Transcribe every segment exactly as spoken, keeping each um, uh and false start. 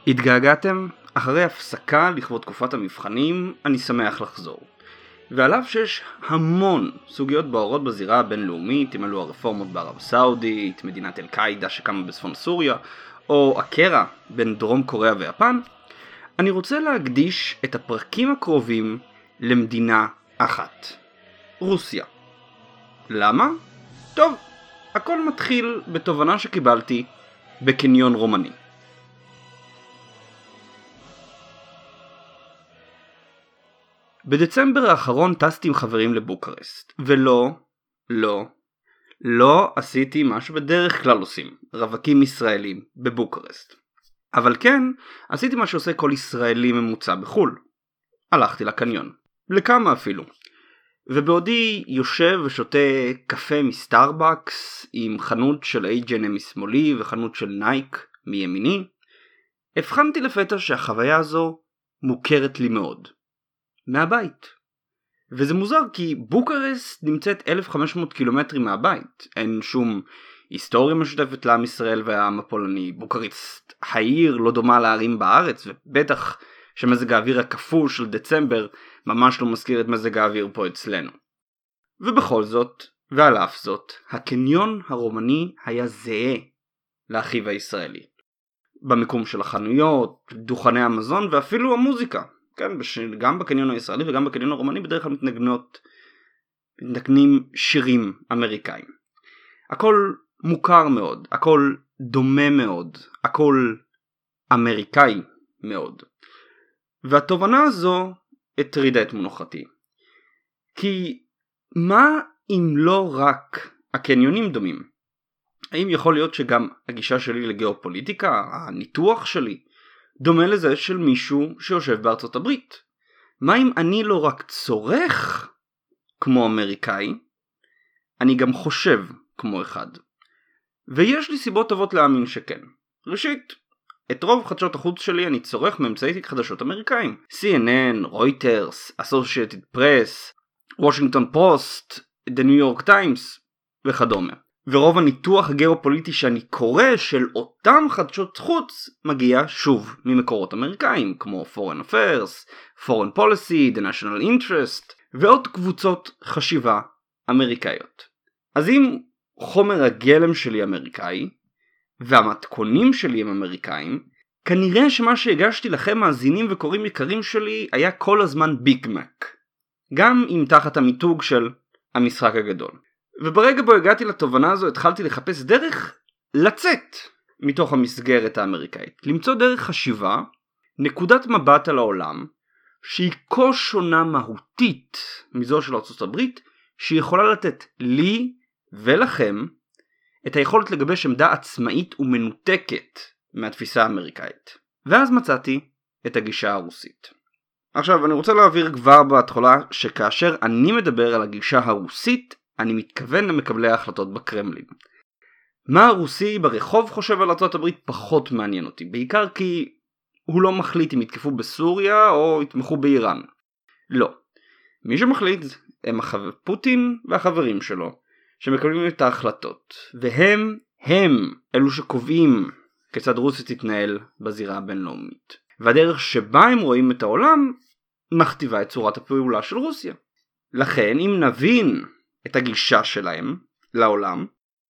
התגעגעתם? אחרי הפסקה לכבוד תקופת המבחנים, אני שמח לחזור. ועל אף שיש המון סוגיות בוערות בזירה הבינלאומית, אם אלו הרפורמות בערב הסעודית, מדינת אל-קאעידה שקמה בצפון סוריה, או הקרע בין דרום קוריאה ויפן, אני רוצה להקדיש את הפרקים הקרובים למדינה אחת. רוסיה. למה? טוב, הכל מתחיל בתובנה שקיבלתי בקניון רומני. בדצמבר האחרון טסתי עם חברים לבוקרשט, ולא, לא, לא עשיתי מה שבדרך כלל עושים, רווקים ישראלים בבוקרשט. אבל כן, עשיתי מה שעושה כל ישראלי ממוצע בחול. הלכתי לקניון, לכמה אפילו. ובעודי יושב ושותה קפה מסטארבקס עם חנות של אייץ' אנד אם משמאלי וחנות של נייק מימיני, הבחנתי לפתע שהחוויה הזו מוכרת לי מאוד. מהבית. וזה מוזר כי בוקרשט נמצאת אלף וחמש מאות קילומטרים מהבית. אין שום היסטוריה משותפת לעם ישראל והעם הפולני. בוקרשט העיר לא דומה לערים בארץ, ובטח שמזג האוויר הכפול של דצמבר ממש לא מזכיר את מזג האוויר פה אצלנו. ובכל זאת, ועל אף זאת, הקניון הרומני היה זהה לאחיו הישראלי. במיקום של החנויות, דוכני המזון ואפילו המוזיקה. כן, גם בקניון הישראלי וגם בקניון הרומני בדרך כלל מתנגנות, מתנגנים שירים אמריקאים. הכל מוכר מאוד, הכל דומה מאוד, הכל אמריקאי מאוד. והתובנה הזו הטרידה את מנוחתי. כי מה אם לא רק הקניונים דומים? האם יכול להיות שגם הגישה שלי לגיאופוליטיקה, הניתוח שלי, דומה לזה של מישהו שיושב בארצות הברית? מה אם אני לא רק צורך כמו אמריקאי, אני גם חושב כמו אחד? ויש לי סיבות טובות להאמין שכן. ראשית, את רוב חדשות החוץ שלי אני צורך מאמצעי חדשות אמריקאים. סי אן אן, רויטרס, Associated Press, Washington Post, The New York Times וכדומה. ורוב הניתוח הגיאופוליטי שאני קורא של אותם חדשות חוץ מגיע שוב ממקורות אמריקאים, כמו Foreign Affairs, Foreign Policy, The National Interest, ועוד קבוצות חשיבה אמריקאיות. אז אם חומר הגלם שלי אמריקאי, והמתכונים שלי הם אמריקאים, כנראה שמה שהגשתי לכם מאזינים וקוראים יקרים שלי היה כל הזמן ביג מק. גם אם תחת המיתוג של המשחק הגדול. וברגע בו הגעתי לתובנה הזו התחלתי לחפש דרך לצאת מתוך המסגרת האמריקאית. למצוא דרך חשיבה, נקודת מבט על העולם, שהיא כה שונה מהותית מזו של ארצות הברית, שהיא יכולה לתת לי ולכם את היכולת לגבש עמדה עצמאית ומנותקת מהתפיסה האמריקאית. ואז מצאתי את הגישה הרוסית. עכשיו אני רוצה להעביר כבר בהתחלה שכאשר אני מדבר על הגישה הרוסית, אני מתכוון למקבלי ההחלטות בקרמלין. מה הרוסי ברחוב חושב על ארצות הברית פחות מעניין אותי, בעיקר כי הוא לא מחליט אם יתקפו בסוריה או יתמכו באיראן. לא. מי שמחליט הם החבר... פוטין והחברים שלו, שמקבלים את ההחלטות, והם, הם, אלו שקובעים כיצד רוסיה תתנהל בזירה הבינלאומית. והדרך שבה הם רואים את העולם, מכתיבה את צורת הפעולה של רוסיה. לכן, אם נבין את הגישה שלהם לעולם,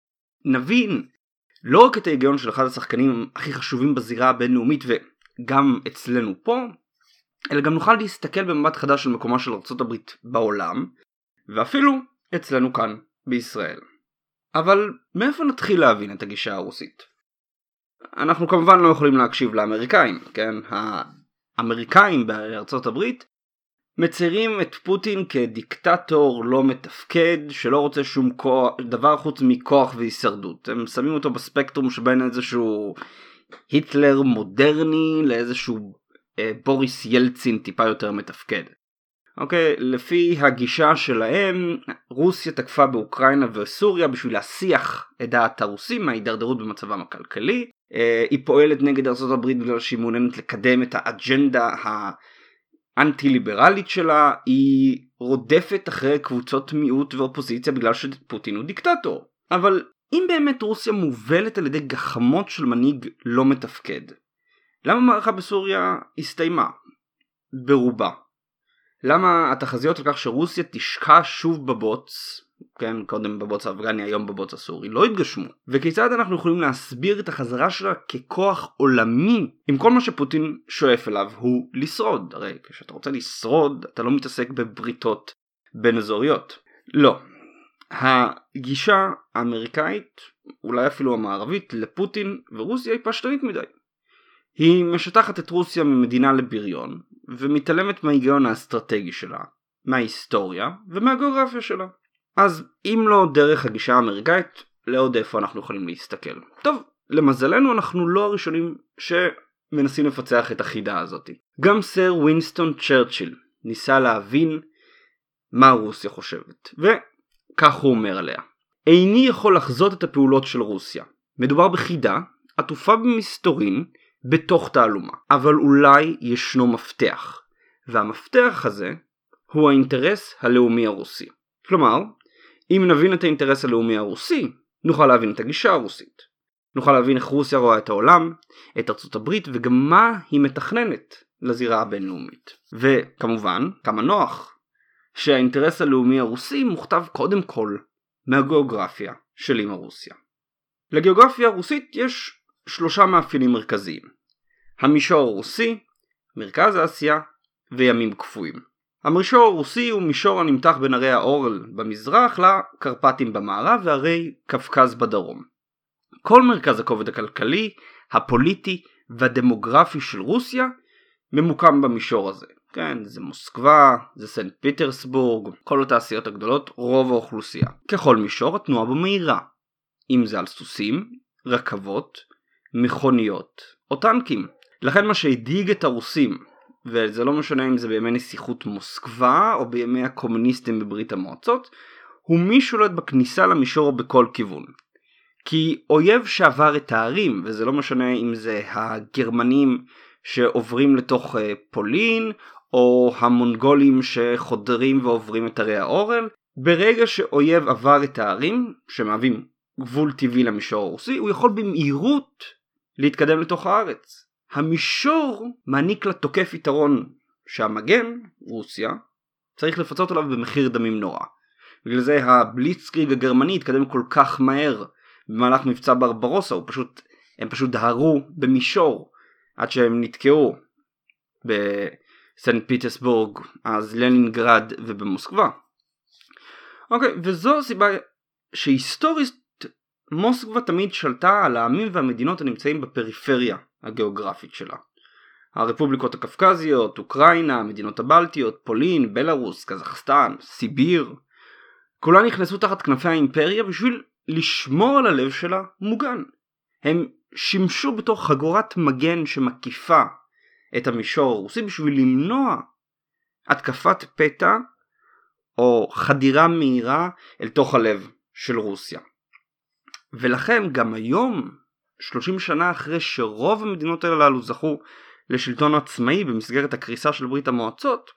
נבין לא רק את ההיגיון של אחד השחקנים הכי חשובים בזירה הבינלאומית וגם אצלנו פה, אלא גם נוכל להסתכל במבט חדש של מקומה של ארצות הברית בעולם, ואפילו אצלנו כאן בישראל. אבל מאיפה נתחיל להבין את הגישה הרוסית? אנחנו כמובן לא יכולים להקשיב לאמריקאים, כן? האמריקאים בארצות הברית מציירים את פוטין כדיקטטור לא מתפקד, שלא רוצה שום כוח, דבר חוץ מכוח והישרדות. הם שמים אותו בספקטרום שבין איזשהו היטלר מודרני לאיזשהו אה, בוריס ילצין טיפה יותר מתפקד. אוקיי, לפי הגישה שלהם, רוסיה תקפה באוקראינה וסוריה בשביל להסיח את דעת הרוסים מההידרדרות במצבם הכלכלי. אה, היא פועלת נגד ארצות הברית בגלל שהיא מעוניינת לקדם את האג'נדה ה... אנטי-ליברלית שלה, היא רודפת אחרי קבוצות מיעוט ואופוזיציה בגלל שפוטין הוא דיקטטור. אבל אם באמת רוסיה מובלת על ידי גחמות של מנהיג לא מתפקד, למה המערכה בסוריה הסתיימה? ברובה. למה התחזיות על כך שרוסיה תשקע שוב בבוץ, כן, קודם בבוץ האפגני, היום בבוץ הסורי, לא התגשמו? וכיצד אנחנו יכולים להסביר את החזרה שלה ככוח עולמי, אם כל מה שפוטין שואף אליו הוא לשרוד? הרי כשאתה רוצה לשרוד, אתה לא מתעסק בבריתות בין אזוריות. לא. הגישה האמריקאית, אולי אפילו המערבית, לפוטין ורוסיה היא פשטנית מדי. היא משטחת את רוסיה ממדינה לבריון, ומתעלמת מההיגיון האסטרטגי שלה, מההיסטוריה ומהגיאוגרפיה שלה. אז אם לא דרך הגישה האמריקאית, לעוד איפה אנחנו יכולים להסתכל? טוב, למזלנו אנחנו לא הראשונים שמנסים לפצח את החידה הזאת. גם סר ווינסטון צ'רצ'יל ניסה להבין מה רוסיה חושבת, וכך הוא אומר עליה: איני יכול לחזות את הפעולות של רוסיה. מדובר בחידה עטופה במסתורין בתוך תעלומה, אבל אולי ישנו מפתח, והמפתח הזה הוא האינטרס הלאומי הרוסי. כלומר, אם נבין את האינטרס הלאומי הרוסי, נוכל להבין את הגישה הרוסית. נוכל להבין איך רוסיה רואה את העולם, את ארצות הברית, וגם מה היא מתכננת לזירה הבינלאומית. וכמובן, כמה נוח שהאינטרס הלאומי הרוסי מוכתב קודם כל מהגיאוגרפיה של אמא רוסיה. לגיאוגרפיה הרוסית יש שלושה מאפיינים מרכזיים: המישור הרוסי, מרכז אסיה וימים קפואים. המישור הרוסי הוא מישור הנמתח בין הרי האורל במזרח לקרפטים במערב והרי קפקז בדרום. כל מרכז הכובד הכלכלי, הפוליטי והדמוגרפי של רוסיה ממוקם במישור הזה. כן, זה מוסקבה, זה סנט פיטרסבורג, כל התעשיות הגדולות, רוב האוכלוסייה. ככל מישור התנועה בו מהירה, אם זה על סוסים, רכבות, מכוניות או טנקים. לכן מה שהדאיג את הרוסים, וזה לא משנה אם זה בימי נסיכות מוסקבה או בימי הקומוניסטים בברית המועצות, הוא מי שולט בכניסה למישור בכל כיוון. כי אויב שעבר את הערים, וזה לא משנה אם זה הגרמנים שעוברים לתוך פולין, או המונגולים שחודרים ועוברים את הרי האורל, ברגע שאויב עבר את הערים, שמהווים גבול טבעי למישור הרוסי, הוא יכול במהירות להתקדם לתוך הארץ. המישור מעניק לתוקף יתרון שהמגן, רוסיה, צריך לפצות עליו במחיר דמים נורא. בגלל זה הבליצקריג הגרמני התקדם כל כך מהר במהלך מבצע ברברוסה, הוא פשוט, הם פשוט דהרו במישור עד שהם נתקעו בסנט פיטרסבורג, אז לנינגרד ובמוסקבה. אוקיי, וזו הסיבה שהיסטורית מוסקבה תמיד שלטה על העמים והמדינות הנמצאים בפריפריה הגיאוגרפית שלה. הרפובליקות הקפקזיות, אוקראינה, המדינות הבלטיות, פולין, בלרוס, קזחסטן, סיביר, כולן נכנסו תחת כנפי האימפריה בשביל לשמור על הלב שלה מוגן. הם שימשו בתור חגורת מגן שמקיפה את המישור הרוסי בשביל למנוע התקפת פתע או חדירה מהירה אל תוך הלב של רוסיה. ולכן גם היום, שלושים שנה אחרי שרוב המדינות הללו זכו לשלטון עצמאי במסגרת הקריסה של ברית המועצות,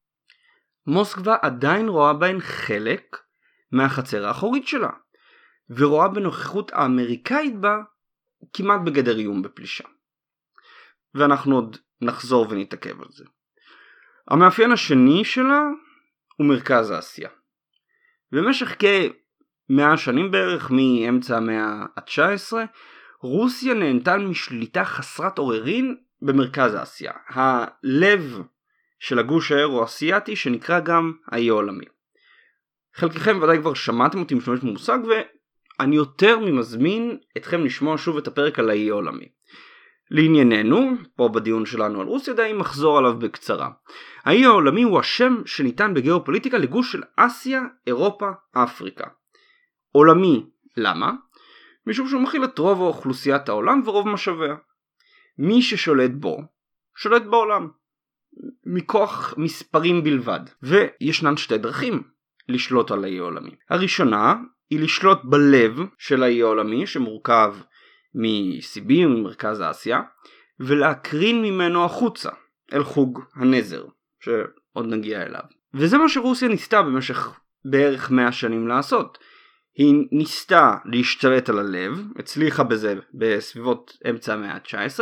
מוסקבה עדיין רואה בהן חלק מהחצר האחורית שלה, ורואה בנוכחות האמריקאית בה כמעט בגדר איום בפלישה. ואנחנו עוד נחזור ונתעכב על זה. המאפיין השני שלה הוא מרכז אסיה. במשך כמאה שנים בערך, מאמצע המאה ה-תשע עשרה, רוסיה נהנתה משליטה חסרת עוררין במרכז אסיה, הלב של הגוש האירו-אסיאתי שנקרא גם האי העולמי. חלקכם ודאי כבר שמעתם אותי משתמש במושג, ואני יותר ממזמין אתכם לשמוע שוב את הפרק על האי העולמי. לענייננו, פה בדיון שלנו על רוסיה, די מחזור עליו בקצרה. האי העולמי הוא השם שניתן בגיאופוליטיקה לגוש של אסיה, אירופה, אפריקה. עולמי, למה? משום שהוא מכיל את רוב האוכלוסיית העולם ורוב משאביה. מי ששולט בו, שולט בעולם. מכוח מספרים בלבד. וישנן שתי דרכים לשלוט על האי העולמי. הראשונה היא לשלוט בלב של האי העולמי שמורכב מסיביר, ממרכז אסיה, ולהקרין ממנו החוצה אל חוג הנזר, שעוד נגיע אליו. וזה מה שרוסיה ניסתה במשך בערך מאה שנים לעשות. היא ניסתה להשתלט על הלב, הצליחה בזה בסביבות אמצע המאה ה-תשע עשרה,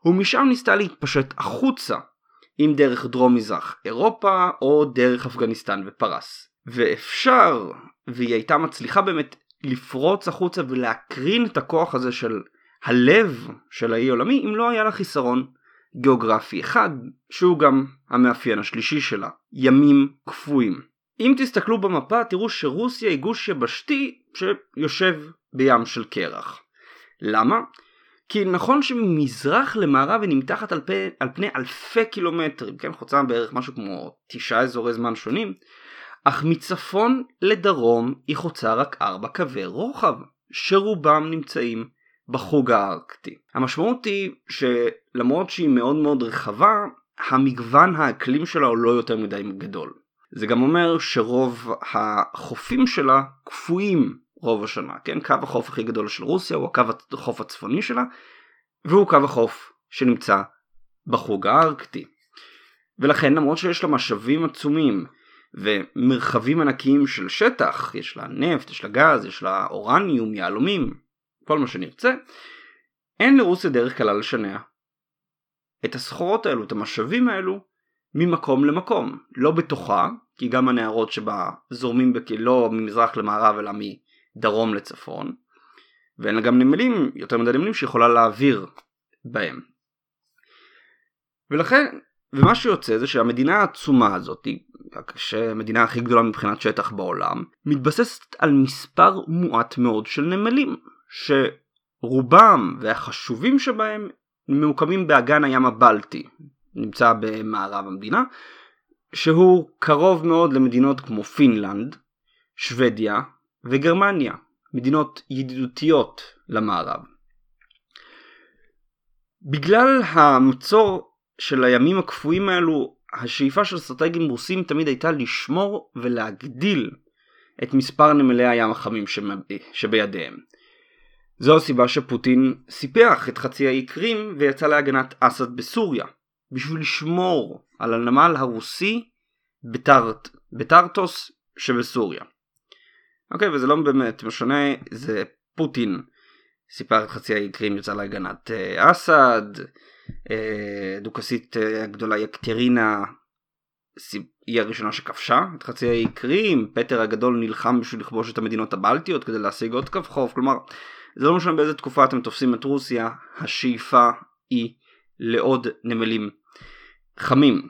ומשם ניסתה להתפשט החוצה, אם דרך דרום מזרח אירופה או דרך אפגניסטן ופרס. ואפשר, והיא הייתה מצליחה באמת לפרוץ החוצה ולהקרין את הכוח הזה של הלב של האי עולמי, אם לא היה לה חיסרון גיאוגרפי אחד, שהוא גם המאפיין השלישי שלה, ימים קפואים. אם תסתכלו במפה תראו שרוסיה היא גוש יבשתי שיושב בים של קרח. למה? כי נכון שממזרח למערב היא נמתחת על, פ... על פני אלפי קילומטרים, כן, חוצה בערך משהו כמו תשעה אזורי זמן שונים, אך מצפון לדרום היא חוצה רק ארבע קווי רוחב, שרובם נמצאים בחוג הארקטי. המשמעות היא שלמרות שהיא מאוד מאוד רחבה, המגוון האקלים שלה הוא לא יותר מדי גדול. זה גם אומר שרוב החופים שלה קפואים רוב השנה, כן? קו החוף הכי גדול של רוסיה הוא הקו החוף הצפוני שלה, והוא קו החוף שנמצא בחוג הארקטי. ולכן למרות שיש לה משאבים עצומים ומרחבים ענקיים של שטח, יש לה נפט, יש לה גז, יש לה אורניום, יהלומים, כל מה שנרצה, אין לרוסיה דרך קלה לשנע את הסחורות האלו, את המשאבים האלו, ממקום למקום. לא בתוכה, כי גם הנהרות שבה זורמים לא ממזרח למערב אלא מדרום לצפון, ואין לה גם נמלים, יותר מדי נמלים שיכולה להעביר בהם. ולכן, ומה שיוצא זה שהמדינה העצומה הזאת, שהמדינה הכי גדולה מבחינת שטח בעולם, מתבססת על מספר מועט מאוד של נמלים, שרובם והחשובים שבהם ממוקמים באגן הים הבלטי, נמצא במערב המדינה, שהוא קרוב מאוד למדינות כמו פינלנד, שוודיה וגרמניה, מדינות ידידותיות למערב. בגלל המצור של הימים הקפואים האלו, השאיפה של אסטרטגים רוסים תמיד הייתה לשמור ולהגדיל את מספר נמלי הים החמים שבידיהם. זו הסיבה שפוטין סיפח את חצי האי קרים ויצא להגנת אסד בסוריה, בשביל לשמור על הנמל הרוסי בטרט, בטרטוס שבסוריה. אוקיי, וזה לא באמת משנה, זה פוטין סיפח את חצי האי קרים, יצא להגנת אסד, דוכסית הגדולה יקטרינה היא הראשונה שכבשה את חצי האי קרים, פטר הגדול נלחם בשביל לכבוש את המדינות הבלטיות כדי להשיג עוד קו חוף, כלומר זה לא משנה באיזה תקופה אתם תופסים את רוסיה, השאיפה היא לעוד נמלים חמים.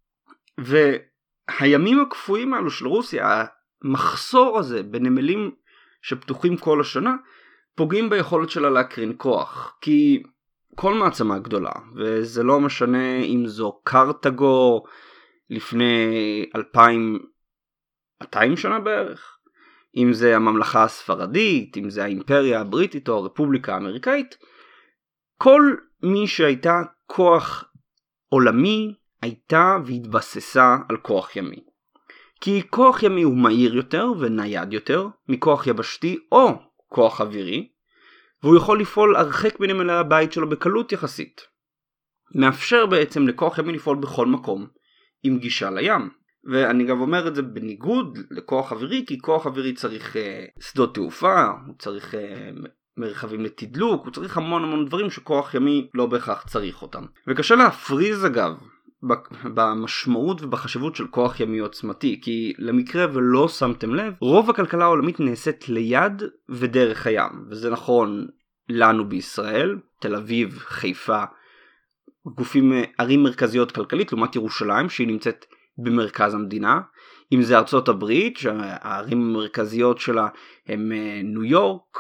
והימים הקפואים האלו של רוסיה, המחסור הזה בנמלים שפתוחים כל השנה, פוגעים ביכולת שלה להקרין כוח. כי כל מעצמה גדולה, וזה לא משנה אם זו קרתגו לפני אלפיים מאתיים שנה בערך, אם זה הממלכה הספרדית, אם זה האימפריה הבריטית או הרפובליקה האמריקאית, כל מי שהייתה כוח עולמי הייתה והתבססה על כוח ימי. כי כוח ימי הוא מהיר יותר ונייד יותר מכוח יבשתי או כוח אווירי, והוא יכול לפעול הרחק מנמלי הבית שלו בקלות יחסית. מאפשר בעצם לכוח ימי לפעול בכל מקום עם גישה לים. ואני גם אומר את זה בניגוד לכוח אווירי, כי כוח אווירי צריך uh, שדות תעופה, הוא צריך uh, מרחבים לתדלוק, הוא צריך המון המון דברים שכוח ימי לא בהכרח צריך אותם. וקשה להפריז אגב במשמעות ובחשיבות של כוח ימי עוצמתי, כי למקרה ולא שמתם לב, רוב הכלכלה העולמית נעשית ליד ודרך הים, וזה נכון לנו בישראל, תל אביב, חיפה, גופים, ערים מרכזיות כלכלית, לעומת ירושלים שהיא נמצאת במרכז המדינה, אם זה ארצות הברית, שהערים המרכזיות שלה הם ניו יורק,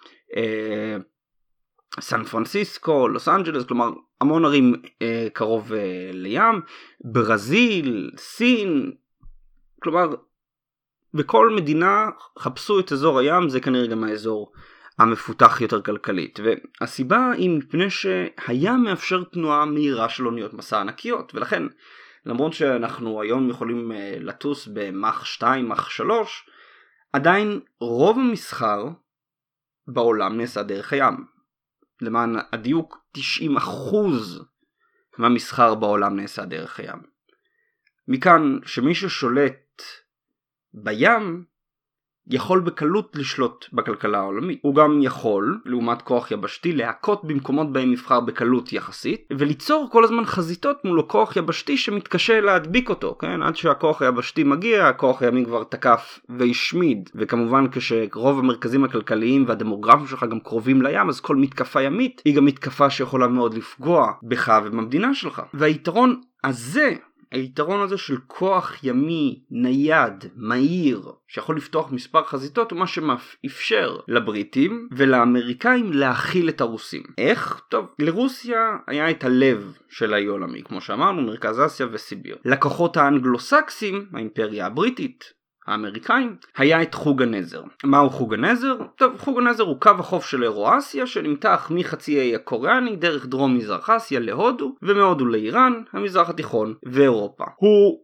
סן פרנסיסקו, לוס אנג'לס, כלומר המון ערים אה, קרוב אה, לים, ברזיל, סין, כלומר בכל מדינה חפשו את אזור הים, זה כנראה גם האזור המפותח יותר כלכלית, והסיבה היא מפני שהים מאפשר תנועה מהירה של אוניות מסע ענקיות, ולכן למרות שאנחנו היום יכולים אה, לטוס במח שתיים, מח שלוש, עדיין רוב המסחר בעולם נעשה דרך הים. למען הדיוק, תשעים אחוז מהמסחר בעולם נעשה דרך הים. מכאן שמי ששולט בים יכול בקלות לשלוט בכלכלה העולמית. הוא גם יכול, לעומת כוח יבשתי, להכות במקומות בהם יבחר בקלות יחסית, וליצור כל הזמן חזיתות מול כוח יבשתי שמתקשה להדביק אותו, כן? עד שהכוח היבשתי מגיע, הכוח הימי כבר תקף והשמיד, וכמובן כשרוב המרכזים הכלכליים והדמוגרפיים שלך גם קרובים לים, אז כל מתקפה ימית היא גם מתקפה שיכולה מאוד לפגוע בך ובמדינה שלך. והיתרון הזה, היתרון הזה של כוח ימי נייד, מהיר, שיכול לפתוח מספר חזיתות, הוא מה שמאפשר לבריטים ולאמריקאים להכיל את הרוסים. איך? טוב, לרוסיה היה את הלב של האי העולמי, כמו שאמרנו, מרכז אסיה וסיביר. לכוחות האנגלוסקסים, האימפריה הבריטית, האמריקאים, היה את חוג הנזר. מהו חוג הנזר? טוב, חוג הנזר הוא קו החוף של אירואסיה שנמתח מחצי האי הקוריאני דרך דרום מזרח אסיה להודו, ומהודו לאיראן, המזרח התיכון ואירופה. הוא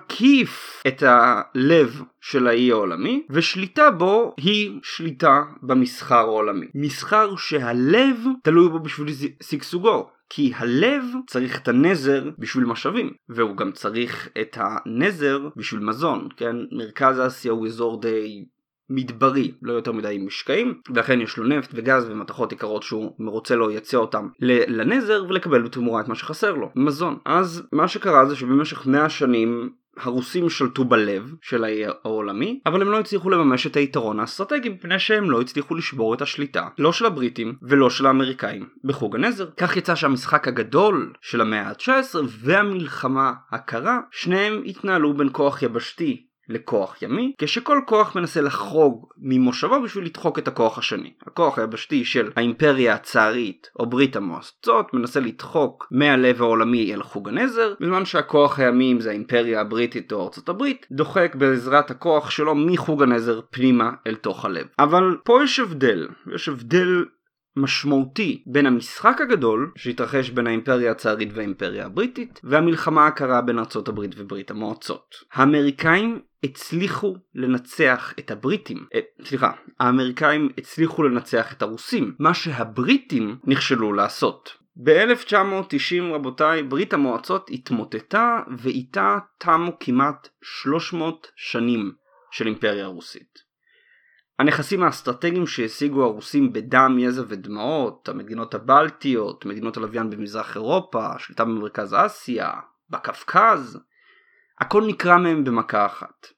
מקיף את הלב של האי העולמי, ושליטה בו היא שליטה במסחר העולמי. מסחר שהלב תלוי בו בשביל שגשוגו. כי הלב צריך את הנזר בשביל משאבים, והוא גם צריך את הנזר בשביל מזון, כן? מרכז אסיה הוא אזור די מדברי, לא יותר מדי משקעים, ולכן יש לו נפט וגז ומתכות יקרות שהוא רוצה לו יצא אותם לנזר ולקבל בתמורה את מה שחסר לו, מזון. אז מה שקרה זה שבמשך מאה שנים הרוסים שלטו בלב של האי העולמי, אבל הם לא הצליחו לממש את היתרון האסטרטגי, מפני שהם לא הצליחו לשבור את השליטה, לא של הבריטים ולא של האמריקאים, בחוג הנזר. כך יצא שהמשחק הגדול של המאה ה-תשע עשרה והמלחמה הקרה, שניהם התנהלו בין כוח יבשתי לכוח ימי, כשכל כוח מנסה לחרוג ממושבו בשביל לדחוק את הכוח השני. הכוח היבשתי של האימפריה הצארית או ברית המועצות מנסה לדחוק מהלב העולמי אל חוג הנזר, בזמן שהכוח הימי, אם זה האימפריה הבריטית או ארצות הברית, דוחק בעזרת הכוח שלו מחוג הנזר פנימה אל תוך הלב. אבל פה יש הבדל, יש הבדל משמעותי בין המשחק הגדול שהתרחש בין האימפריה הצארית והאימפריה הבריטית והמלחמה הקרה בין ארצות הברית וברית המועצות. האמריקאים הצליחו לנצח את הבריטים, אה, סליחה, האמריקאים הצליחו לנצח את הרוסים, מה שהבריטים נכשלו לעשות. ב-אלף תשע מאות תשעים רבותיי, ברית המועצות התמוטטה ואיתה תמו כמעט שלוש מאות שנים של אימפריה הרוסית. הנכסים האסטרטגיים שהשיגו הרוסים בדם, יזע ודמעות, המדינות הבלטיות, מדינות הלוויין במזרח אירופה, שליטה במרכז אסיה, בקווקז, הכל נקרא מהם במכה אחת.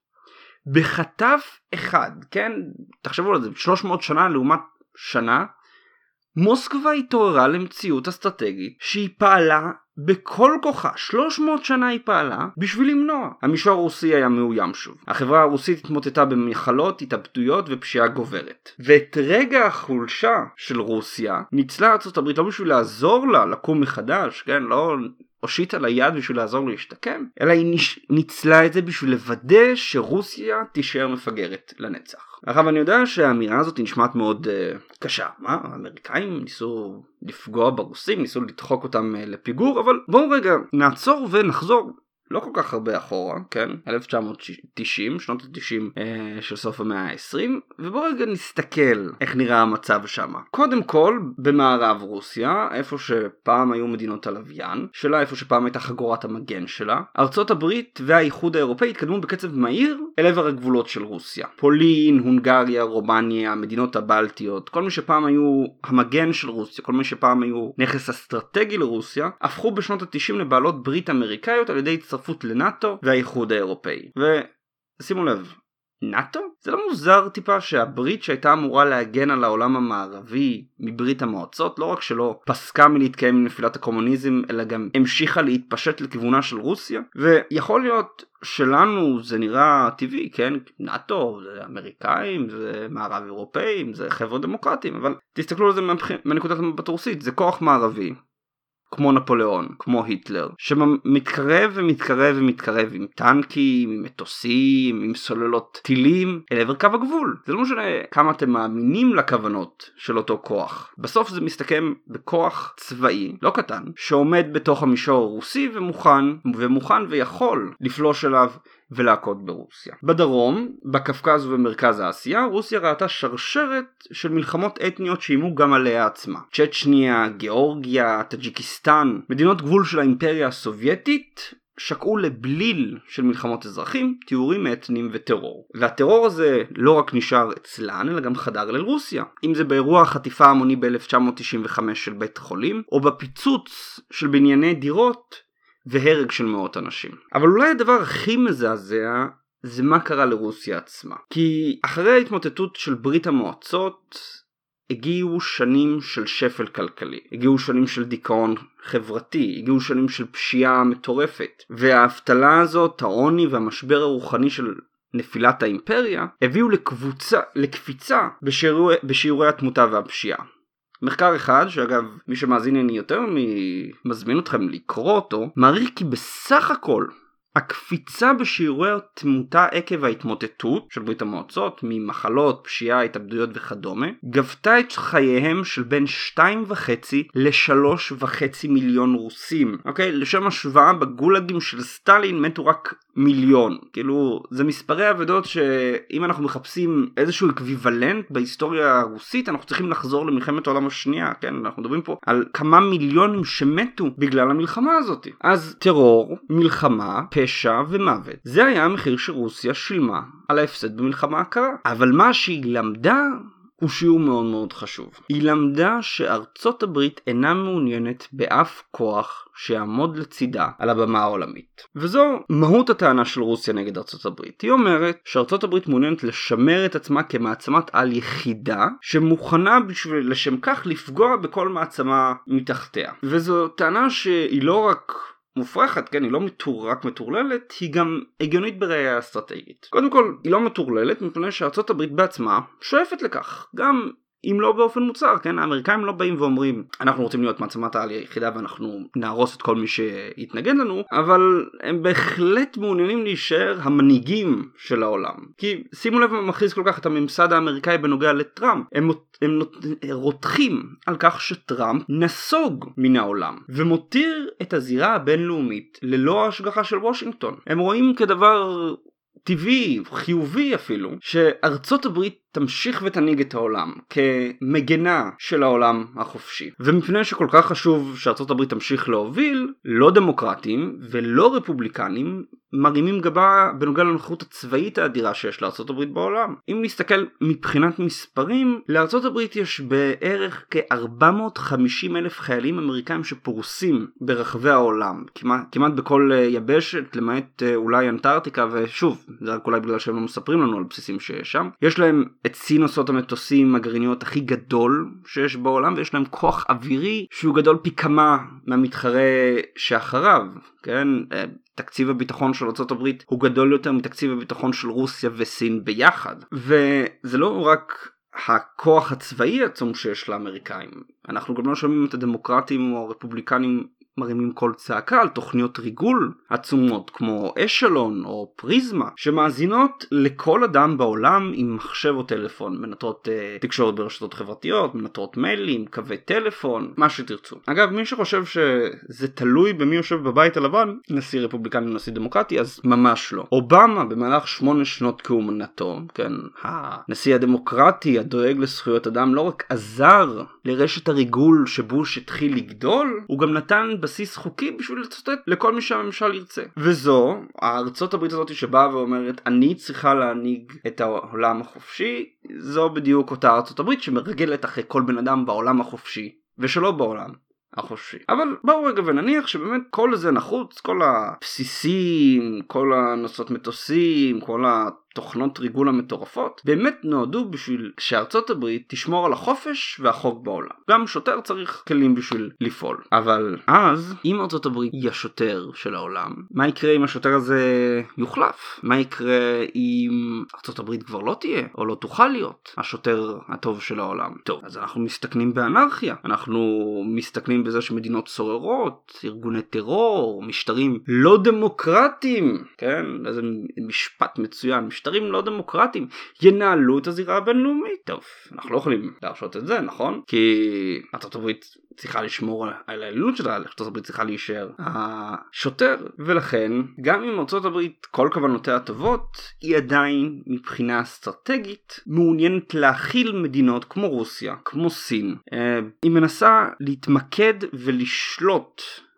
בחטף אחד, כן? תחשבו על זה, שלוש מאות שנה לעומת שנה, מוסקבה התעוררה למציאות אסטרטגית שהיא פעלה בכל כוחה, שלוש מאות שנה היא פעלה בשביל למנוע. המישור הרוסי היה מאוים שוב. החברה הרוסית התמוטטה במחלות, התאבדויות ופשיעה גוברת. ואת רגע החולשה של רוסיה ניצלה ארצות הברית לא בשביל לעזור לה לקום מחדש, כן? לא הושיטה לה יד בשביל לעזור להשתקם, אלא היא ניצלה את זה בשביל לוודא שרוסיה תישאר מפגרת לנצח. עכשיו אני יודע שהאמירה הזאת נשמעת מאוד uh, קשה. מה? האמריקאים ניסו לפגוע ברוסים, ניסו לדחוק אותם uh, לפיגור, אבל בואו רגע נעצור ונחזור לא כל כך הרבה אחורה, כן? אלף תשע מאות תשעים, שנות ה-תשעים אה, של סוף המאה ה-עשרים, ובואו רגע נסתכל איך נראה המצב שם. קודם כל, במערב רוסיה, איפה שפעם היו מדינות הלוויין, שלה איפה שפעם הייתה חגורת המגן שלה, ארצות הברית והאיחוד האירופאי התקדמו בקצב מהיר אל עבר הגבולות של רוסיה. פולין, הונגריה, רומניה, המדינות הבלטיות, כל מי שפעם היו המגן של רוסיה, כל מי שפעם היו נכס אסטרטגי לרוסיה, הפכו בשנות ה-תשעים לבעלות ברית אמריקאיות על ידי הצטרפות לנאטו והאיחוד האירופאי. ושימו לב, נאטו? זה לא מוזר טיפה שהברית שהייתה אמורה להגן על העולם המערבי מברית המועצות, לא רק שלא פסקה מלהתקיים עם נפילת הקומוניזם, אלא גם המשיכה להתפשט לכיוונה של רוסיה? ויכול להיות שלנו זה נראה טבעי, כן? נאטו, זה אמריקאים, זה מערב אירופאים, זה חבר'ה דמוקרטיים, אבל תסתכלו על זה מנקודת המבט רוסית, זה כוח מערבי. כמו נפוליאון, כמו היטלר, שמתקרב ומתקרב ומתקרב עם טנקים, עם מטוסים, עם סוללות טילים, אל עבר קו הגבול. זה לא משנה כמה אתם מאמינים לכוונות של אותו כוח. בסוף זה מסתכם בכוח צבאי, לא קטן, שעומד בתוך המישור הרוסי ומוכן, ומוכן ויכול לפלוש אליו ולהכות ברוסיה. בדרום, בקווקז ובמרכז אסיה, רוסיה ראתה שרשרת של מלחמות אתניות שאיימו גם עליה עצמה. צ'צ'ניה, גיאורגיה, טאג'יקיסטן, מדינות גבול של האימפריה הסובייטית, שקעו לבליל של מלחמות אזרחים, תיאורים אתניים וטרור. והטרור הזה לא רק נשאר אצלן, אלא גם חדר לרוסיה. אם זה באירוע החטיפה ההמוני ב-אלף תשע מאות תשעים וחמש של בית החולים, או בפיצוץ של בנייני דירות והרג של מאות אנשים. אבל אולי הדבר הכי מזעזע זה מה קרה לרוסיה עצמה. כי אחרי ההתמוטטות של ברית המועצות, הגיעו שנים של שפל כלכלי, הגיעו שנים של דיכאון חברתי, הגיעו שנים של פשיעה מטורפת, והאבטלה הזאת, העוני והמשבר הרוחני של נפילת האימפריה, הביאו לקבוצה, לקפיצה בשיעורי, בשיעורי התמותה והפשיעה. מחקר אחד, שאגב מי שמאזין אני יותר מזמין אתכם לקרוא אותו, מעריך כי בסך הכל הקפיצה בשיעורי התמותה עקב ההתמוטטות של ברית המועצות, ממחלות, פשיעה, התאבדויות וכדומה, גבתה את חייהם של בין שתיים וחצי לשלוש וחצי מיליון רוסים. אוקיי? לשם השוואה, בגולגים של סטלין מתו רק מיליון. כאילו, זה מספרי עבודות שאם אנחנו מחפשים איזשהו אקוויוולנט בהיסטוריה הרוסית, אנחנו צריכים לחזור למלחמת העולם השנייה, כן? אנחנו מדברים פה על כמה מיליונים שמתו בגלל המלחמה הזאת. אז טרור, מלחמה, פשע ומוות. זה היה המחיר שרוסיה שילמה על ההפסד במלחמה הקרה. אבל מה שהיא למדה הוא שיעור מאוד מאוד חשוב. היא למדה שארצות הברית אינה מעוניינת באף כוח שיעמוד לצידה על הבמה העולמית. וזו מהות הטענה של רוסיה נגד ארצות הברית. היא אומרת שארצות הברית מעוניינת לשמר את עצמה כמעצמת על יחידה שמוכנה בשביל לשם כך לפגוע בכל מעצמה מתחתיה. וזו טענה שהיא לא רק מופרכת, כן, היא לא מטור, רק מטורללת, היא גם הגיונית בראייה אסטרטגית. קודם כל, היא לא מטורללת מפני שארצות הברית בעצמה שואפת לכך. גם אם לא באופן מוצר, כן, האמריקאים לא באים ואומרים, אנחנו רוצים להיות מעצמת העל היחידה ואנחנו נהרוס את כל מי שיתנגד לנו, אבל הם בהחלט מעוניינים להישאר המנהיגים של העולם. כי שימו לב, הם מכריז כל כך את הממסד האמריקאי בנוגע לטראמפ. הם, הם רותחים על כך שטראמפ נסוג מן העולם ומותיר את הזירה הבינלאומית ללא השגחה של וושינגטון. הם רואים כדבר טבעי, חיובי אפילו, שארצות הברית תמשיך ותנהיג את העולם כמגנה של העולם החופשי. ומפני שכל כך חשוב שארצות הברית תמשיך להוביל, לא דמוקרטים ולא רפובליקנים מרימים גבה בנוגע לנוכחות הצבאית האדירה שיש לארצות הברית בעולם. אם נסתכל מבחינת מספרים, לארצות הברית יש בערך כ-ארבע מאות וחמישים אלף חיילים אמריקאים שפורסים ברחבי העולם, כמעט, כמעט בכל יבשת, למעט אולי אנטארקטיקה, ושוב, זה רק אולי בגלל שהם לא מספרים לנו על בסיסים שיש שם. יש להם את סין נושאות המטוסים הגרעיניות הכי גדול שיש בעולם, ויש להם כוח אווירי שהוא גדול פי כמה מהמתחרה שאחריו, כן? תקציב הביטחון של ארצות הברית הוא גדול יותר מתקציב הביטחון של רוסיה וסין ביחד. וזה לא רק הכוח הצבאי עצום שיש לאמריקאים. אנחנו גם לא שומעים את הדמוקרטים או הרפובליקנים מרימים כל צעקה על תוכניות ריגול עצומות כמו אשלון או פריזמה, שמאזינות לכל אדם בעולם עם מחשב או טלפון, מנטרות uh, תקשורת ברשתות חברתיות, מנטרות מיילים, קווי טלפון, מה שתרצו. אגב, מי שחושב שזה תלוי במי יושב בבית הלבן, נשיא רפובליקני או נשיא דמוקרטי, אז ממש לא. אובמה במהלך שמונה שנות כהונתו, כן, הנשיא הדמוקרטי הדואג לזכויות אדם, לא רק עזר לרשת הריגול שבוש התחיל לגדול, הוא גם נתן בסיס חוקי בשביל לצטט לכל מי שהממשל ירצה. וזו, הארצות הברית הזאת שבאה ואומרת, אני צריכה להנהיג את העולם החופשי, זו בדיוק אותה ארצות הברית שמרגלת אחרי כל בן אדם בעולם החופשי, ושלא בעולם החופשי. אבל בואו רגע ונניח שבאמת כל זה נחוץ, כל הבסיסים, כל הנושאות מטוסים, כל התוכנות ריגול המטורפות, באמת נועדו בשביל שארצות הברית תשמור על החופש והחוק בעולם. גם שוטר צריך כלים בשביל לפעול. אבל אז, אם ארצות הברית היא השוטר של העולם, מה יקרה אם השוטר הזה יוחלף? מה יקרה אם ארצות הברית כבר לא תהיה, או לא תוכל להיות השוטר הטוב של העולם? טוב, אז אנחנו מסתכנים באנרכיה. אנחנו מסתכנים בזה שמדינות סוררות, ארגוני טרור, משטרים לא דמוקרטיים, כן? איזה משפט מצוין, משטרים לא דמוקרטיים ינהלו את הזירה הבינלאומית. טוב, אנחנו לא יכולים להרשות את זה, נכון? כי ארצות הברית צריכה לשמור על העליונות שלה, ארצות הברית צריכה להישאר השוטר, ולכן גם אם ארצות הברית כל כוונותיה טובות, היא עדיין מבחינה אסטרטגית מעוניינת להכיל מדינות כמו רוסיה, כמו סין. היא מנסה להתמקד ולשלוט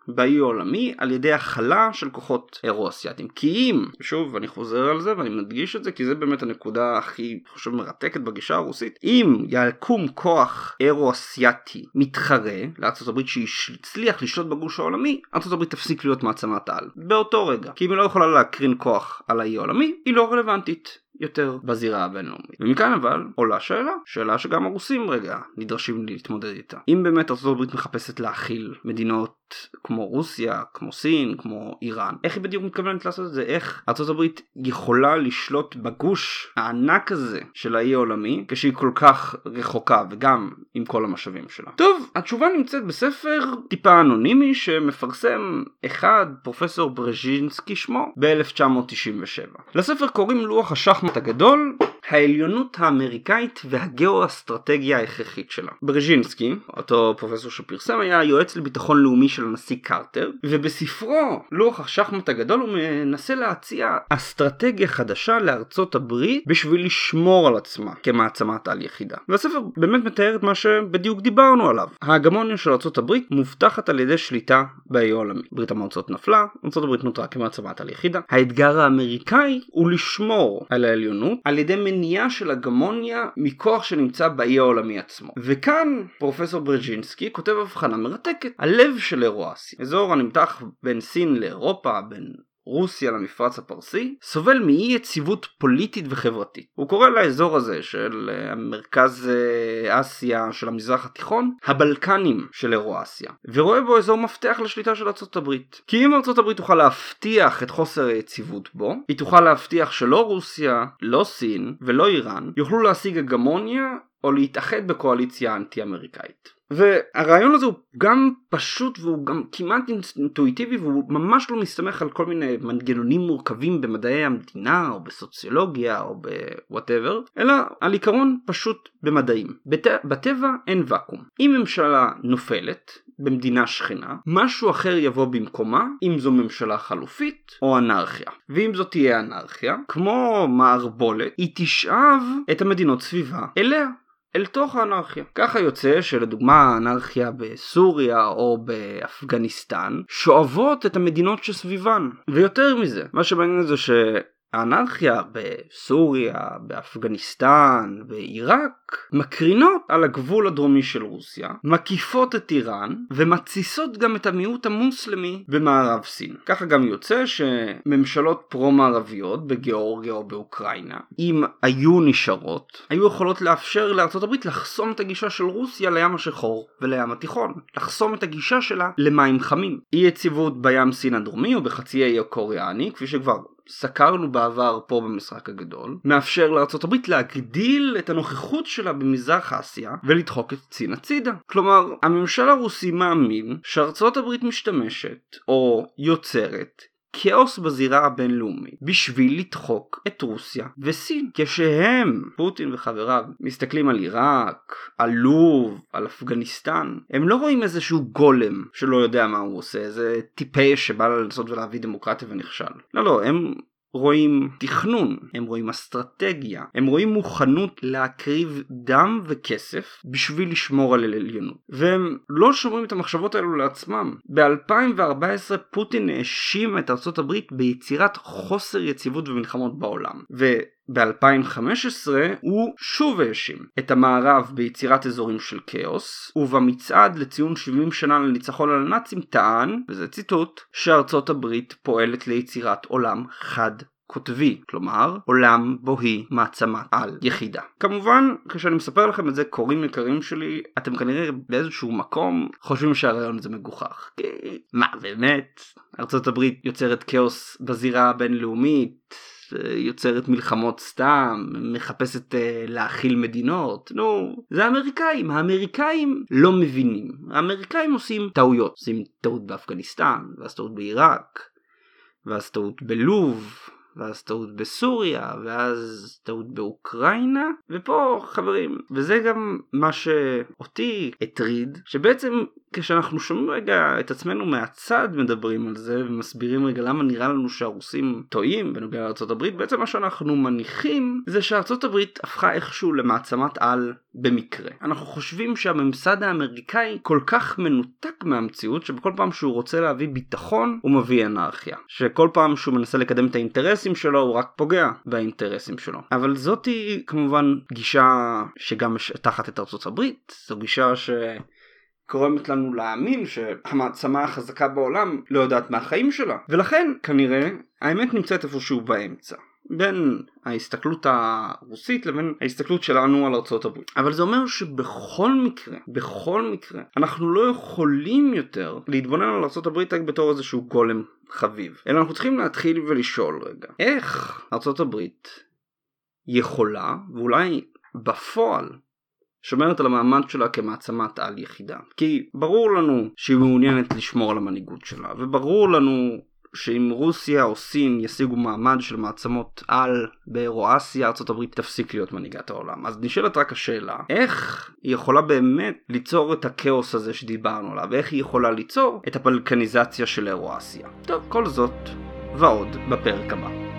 באי העולמי על ידי הכלה של כוחות אירו-אסיאטיים. כי אם, שוב אני חוזר על זה ואני מדגיש את זה כי זה באמת הנקודה הכי חשוב מרתקת בגישה הרוסית, אם יקום כוח אירו-אסיאטי מתחרה לארצות הברית שהצליח לשלוט בגוש העולמי, ארצות הברית תפסיק להיות מעצמת על באותו רגע, כי אם היא לא יכולה להקרין כוח על האי העולמי, היא לא רלוונטית יותר בזירה הבינלאומית. ומכאן אבל עולה שאלה, שאלה שגם הרוסים רגע נדרשים להתמודד איתה. אם באמת ארצות הברית מחפשת להכיל מדינות כמו רוסיה, כמו סין, כמו איראן, איך היא בדיוק מתכוונת לעשות את זה? איך ארצות הברית יכולה לשלוט בגוש הענק הזה של האי העולמי כשהיא כל כך רחוקה וגם עם כל המשאבים שלה? טוב, התשובה נמצאת בספר טיפה אנונימי שמפרסם אחד, פרופסור ברז'ינסקי שמו, ב-אלף תשע מאות תשעים ושבע. לספר קוראים לוח השחמט הגדול, העליונות האמריקאית והגיאו-אסטרטגיה ההכרחית שלה. ברז'ינסקי, אותו פרופסור שפרסם, היה יועץ לביטחון לאומי של הנשיא קרטר, ובספרו לוח השחמט הגדול הוא מנסה להציע אסטרטגיה חדשה לארצות הברית בשביל לשמור על עצמה כמעצמת על יחידה. והספר באמת מתאר את מה שבדיוק דיברנו עליו. ההגמוניה של ארצות הברית מובטחת על ידי שליטה באי העולמי. ברית המועצות נפלה, ארצות הברית נותרה כמעצמת על יחידה. האתגר האמריקאי הוא לשמור על העליונות על ידי מניעה של הגמוניה מכוח שנמצא באי העולמי עצמו. וכאן פרופסור ברז'ינסקי כותב הבחנה מרתקת. הלב של אירו-אסיה, אזור הנמתח בין סין לאירופה, בין רוסיה למפרץ הפרסי, סובל מאי יציבות פוליטית וחברתית. הוא קורא לאזור הזה של מרכז אסיה של המזרח התיכון, הבלקנים של אירו-אסיה, ורואה בו אזור מפתח לשליטה של ארצות הברית. כי אם ארצות הברית תוכל להבטיח את חוסר היציבות בו, היא תוכל להבטיח שלא רוסיה, לא סין ולא איראן יוכלו להשיג הגמוניה או להתאחד בקואליציה אנטי-אמריקאית. והרעיון הזה הוא גם פשוט והוא גם כמעט אינטואיטיבי, והוא ממש לא מסתמך על כל מיני מנגנונים מורכבים במדעי המדינה או בסוציולוגיה או בוואטאבר, אלא על עיקרון פשוט במדעים. בת... בטבע אין וקום. אם ממשלה נופלת במדינה שכנה, משהו אחר יבוא במקומה, אם זו ממשלה חלופית או אנרכיה. ואם זו תהיה אנרכיה, כמו מערבולת, היא תשאב את המדינות סביבה אליה, אל תוך האנרכיה. ככה יוצא שלדוגמה האנרכיה בסוריה או באפגניסטן שואבות את המדינות שסביבן. ויותר מזה, מה שבעניין זה ש... האנרכיה בסוריה, באפגניסטן, בעיראק, מקרינות על הגבול הדרומי של רוסיה, מקיפות את איראן, ומתסיסות גם את המיעוט המוסלמי במערב סין. ככה גם יוצא שממשלות פרו-מערביות בגיאורגיה או באוקראינה, אם היו נשארות, היו יכולות לאפשר לארצות הברית לחסום את הגישה של רוסיה לים השחור ולים התיכון, לחסום את הגישה שלה למים חמים. אי יציבות בים סין הדרומי או בחצי האי הקוריאני, כפי שכבר סקרנו בעבר פה במשחק הגדול, מאפשר לארצות הברית להגדיל את הנוכחות שלה במזרח אסיה ולדחוק את סין הצידה. כלומר, הממשל הרוסי מאמין שארצות הברית משתמשת או יוצרת כאוס בזירה הבינלאומית בשביל לדחוק את רוסיה וסין. כשהם, פוטין וחבריו, מסתכלים על עיראק, על לוב, על אפגניסטן, הם לא רואים איזשהו גולם שלא יודע מה הוא עושה, איזה טיפש שבא לנסות ולהביא דמוקרטיה ונכשל. לא, לא, הם רואים תכנון, הם רואים אסטרטגיה, הם רואים מוכנות להקריב דם וכסף בשביל לשמור על עליונות. והם לא שומרים את המחשבות האלו לעצמם. ב-אלפיים וארבע עשרה פוטין האשים את ארצות הברית ביצירת חוסר יציבות ומלחמות בעולם. ו... ב-אלפיים וחמש עשרה הוא שוב האשים את המערב ביצירת אזורים של כאוס, ובמצעד לציון שבעים שנה לניצחון על הנאצים טען, וזה ציטוט, שארצות הברית פועלת ליצירת עולם חד קוטבי, כלומר עולם בו היא מעצמת על יחידה. כמובן, כשאני מספר לכם את זה, קוראים יקרים שלי, אתם כנראה באיזשהו מקום חושבים שהרעיון הזה מגוחך. כי מה באמת? ארצות הברית יוצרת כאוס בזירה הבינלאומית, יוצרת מלחמות סתם, מחפשת uh, להכיל מדינות. נו, זה האמריקאים. האמריקאים לא מבינים. האמריקאים עושים טעויות. עושים טעות באפגניסטן, ואז טעות בעיראק, ואז טעות בלוב, ואז טעות בסוריה, ואז טעות באוקראינה, ופה חברים, וזה גם מה שאותי הטריד, שבעצם כשאנחנו שומעים רגע את עצמנו מהצד מדברים על זה, ומסבירים רגע למה נראה לנו שהרוסים טועים בנוגע לארצות הברית, בעצם מה שאנחנו מניחים זה שארצות הברית הפכה איכשהו למעצמת על במקרה. אנחנו חושבים שהממסד האמריקאי כל כך מנותק מהמציאות שבכל פעם שהוא רוצה להביא ביטחון הוא מביא אנרכיה. שכל פעם שהוא מנסה לקדם את האינטרסים שלו הוא רק פוגע באינטרסים שלו. אבל זאת היא כמובן גישה שגם תחת את ארצות הברית. זו גישה ש... גורמת לנו להאמין שהמעצמה החזקה בעולם לא יודעת מהחיים שלה. ולכן כנראה האמת נמצאת איפשהו באמצע. בין ההסתכלות הרוסית לבין ההסתכלות שלנו על ארצות הברית. אבל זה אומר שבכל מקרה, בכל מקרה, אנחנו לא יכולים יותר להתבונן על ארצות הברית רק בתור איזשהו גולם חביב. אלא אנחנו צריכים להתחיל ולשאול רגע, איך ארצות הברית יכולה, ואולי בפועל, שומרת על המעמד שלה כמעצמת על יחידה. כי ברור לנו שהיא מעוניינת לשמור על המנהיגות שלה, וברור לנו שאם רוסיה או סין ישיגו מעמד של מעצמות על באירואסיה, ארצות הברית תפסיק להיות מנהיגת העולם. אז נשאלת רק השאלה, איך היא יכולה באמת ליצור את הכאוס הזה שדיברנו עליו, ואיך היא יכולה ליצור את הבלקניזציה של אירואסיה. טוב, כל זאת ועוד בפרק הבא.